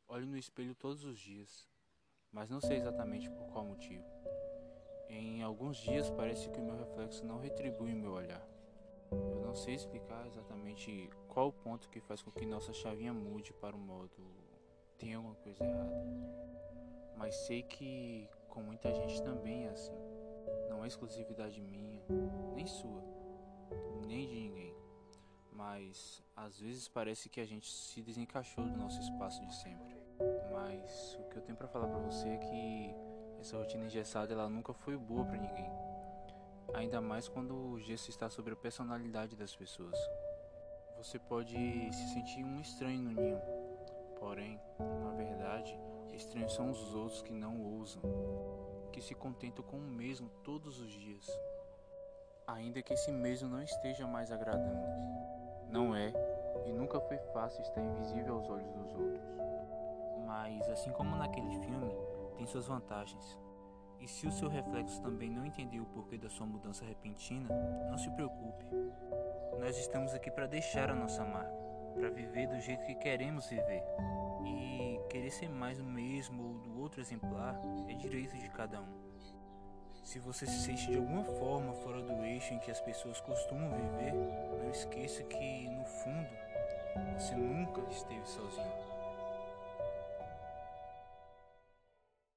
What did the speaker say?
Olho no espelho todos os dias, mas não sei exatamente por qual motivo. Em alguns dias parece que o meu reflexo não retribui o meu olhar. Eu não sei explicar exatamente qual o ponto que faz com que nossa chavinha mude para o modo tem alguma coisa errada. Mas sei que com muita gente também é assim. Não é exclusividade minha, nem sua, nem de ninguém. Mas às vezes parece que a gente se desencaixou do nosso espaço de sempre. Mas o que eu tenho pra falar pra você é que essa rotina engessada ela nunca foi boa pra ninguém. Ainda mais quando o gesso está sobre a personalidade das pessoas. Você pode se sentir um estranho no ninho, porém, na verdade, estranhos são os outros que não ousam, que se contentam com o mesmo todos os dias, ainda que esse mesmo não esteja mais agradando. Não é e nunca foi fácil estar invisível aos olhos dos outros. Mas, assim como naquele filme, tem suas vantagens. E se o seu reflexo também não entendeu o porquê da sua mudança repentina, não se preocupe. Nós estamos aqui para deixar a nossa marca, para viver do jeito que queremos viver. E querer ser mais o mesmo ou do outro exemplar é direito de cada um. Se você se sente de alguma forma fora do eixo em que as pessoas costumam viver, não esqueça que, no fundo, você nunca esteve sozinho.